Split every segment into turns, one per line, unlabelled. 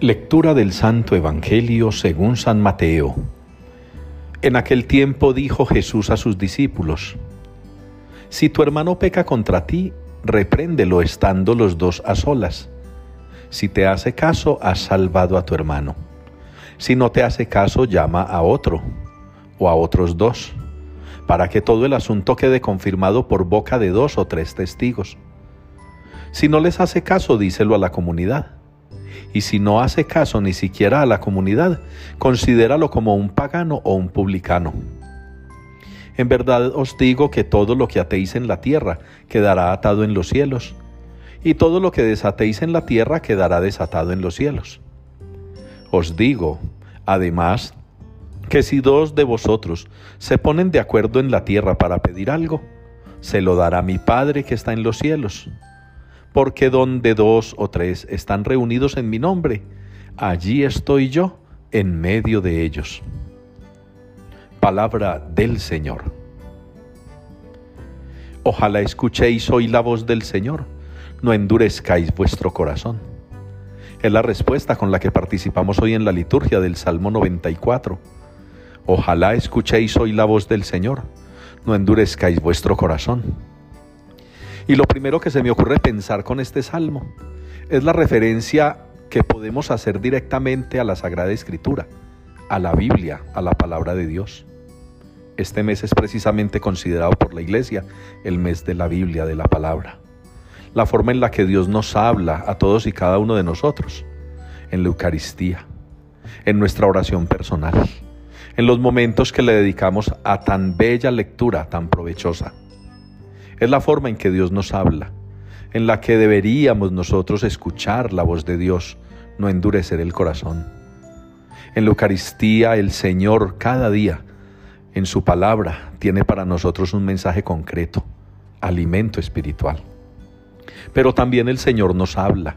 Lectura del Santo Evangelio según San Mateo. En aquel tiempo dijo Jesús a sus discípulos: Si tu hermano peca contra ti, repréndelo estando los dos a solas. Si te hace caso, has salvado a tu hermano. Si no te hace caso, llama a otro, o a otros dos, para que todo el asunto quede confirmado por boca de 2 o 3 testigos. Si no les hace caso, díselo a la comunidad. Y si no hace caso ni siquiera a la comunidad, considéralo como un pagano o un publicano. En verdad os digo que todo lo que atéis en la tierra quedará atado en los cielos, y todo lo que desatéis en la tierra quedará desatado en los cielos. Os digo, además, que si 2 de vosotros se ponen de acuerdo en la tierra para pedir algo, se lo dará mi Padre que está en los cielos. Porque donde 2 o 3 están reunidos en mi nombre, allí estoy yo en medio de ellos. Palabra del Señor. Ojalá escuchéis hoy la voz del Señor, no endurezcáis vuestro corazón. Es la respuesta con la que participamos hoy en la liturgia del Salmo 94. Ojalá escuchéis hoy la voz del Señor, no endurezcáis vuestro corazón. Y lo primero que se me ocurre pensar con este salmo es la referencia que podemos hacer directamente a la Sagrada Escritura, a la Biblia, a la Palabra de Dios. Este mes es precisamente considerado por la Iglesia el mes de la Biblia, de la Palabra. La forma en la que Dios nos habla a todos y cada uno de nosotros, en la Eucaristía, en nuestra oración personal, en los momentos que le dedicamos a tan bella lectura, tan provechosa. Es la forma en que Dios nos habla, en la que deberíamos nosotros escuchar la voz de Dios, no endurecer el corazón. En la Eucaristía, el Señor cada día, en su palabra, tiene para nosotros un mensaje concreto, alimento espiritual. Pero también el Señor nos habla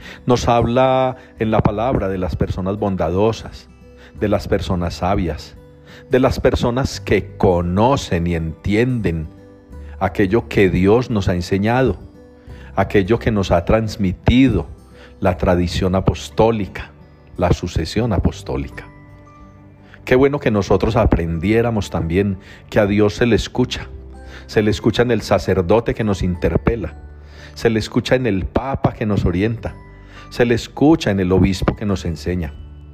en la palabra de las personas bondadosas, de las personas sabias, de las personas que conocen y entienden aquello que Dios nos ha enseñado, aquello que nos ha transmitido la tradición apostólica, la sucesión apostólica. Qué bueno que nosotros aprendiéramos también que a Dios se le escucha en el sacerdote que nos interpela, se le escucha en el Papa que nos orienta, se le escucha en el obispo que nos enseña.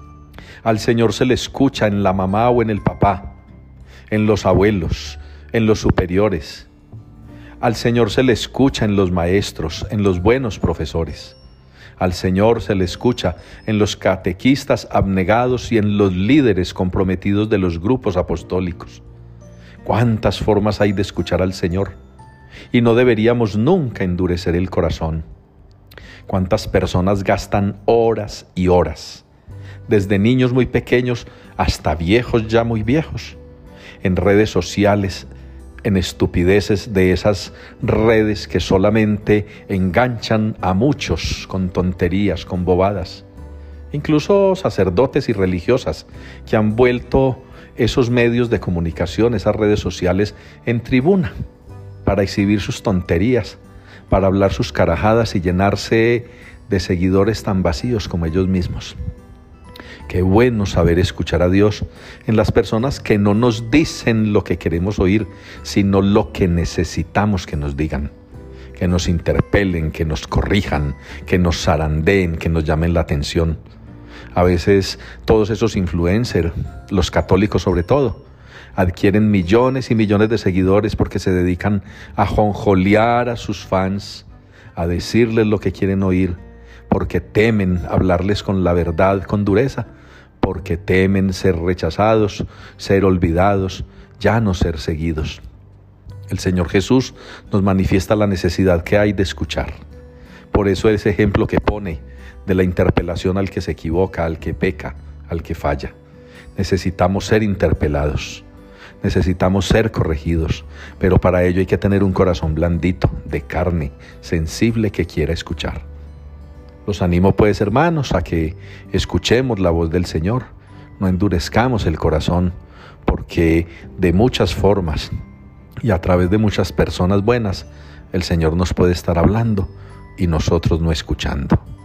Al Señor se le escucha en la mamá o en el papá, en los abuelos, en los superiores. Al Señor se le escucha en los maestros, en los buenos profesores. Al Señor se le escucha en los catequistas abnegados y en los líderes comprometidos de los grupos apostólicos. ¿Cuántas formas hay de escuchar al Señor? Y no deberíamos nunca endurecer el corazón. ¿Cuántas personas gastan horas y horas, desde niños muy pequeños hasta viejos ya muy viejos, en redes sociales, en estupideces de esas redes que solamente enganchan a muchos con tonterías, con bobadas? Incluso sacerdotes y religiosas que han vuelto esos medios de comunicación, esas redes sociales, en tribuna para exhibir sus tonterías, para hablar sus carajadas y llenarse de seguidores tan vacíos como ellos mismos. Qué bueno saber escuchar a Dios en las personas que no nos dicen lo que queremos oír, sino lo que necesitamos que nos digan, que nos interpelen, que nos corrijan, que nos zarandeen, que nos llamen la atención. A veces todos esos influencers, los católicos sobre todo, adquieren millones y millones de seguidores porque se dedican a jonjolear a sus fans, a decirles lo que quieren oír, porque temen hablarles con la verdad, con dureza, porque temen ser rechazados, ser olvidados, ya no ser seguidos. El Señor Jesús nos manifiesta la necesidad que hay de escuchar. Por eso ese ejemplo que pone de la interpelación al que se equivoca, al que peca, al que falla. Necesitamos ser interpelados, necesitamos ser corregidos, pero para ello hay que tener un corazón blandito, de carne, sensible, que quiera escuchar. Los animo pues, hermanos, a que escuchemos la voz del Señor, no endurezcamos el corazón, porque de muchas formas y a través de muchas personas buenas, el Señor nos puede estar hablando y nosotros no escuchando.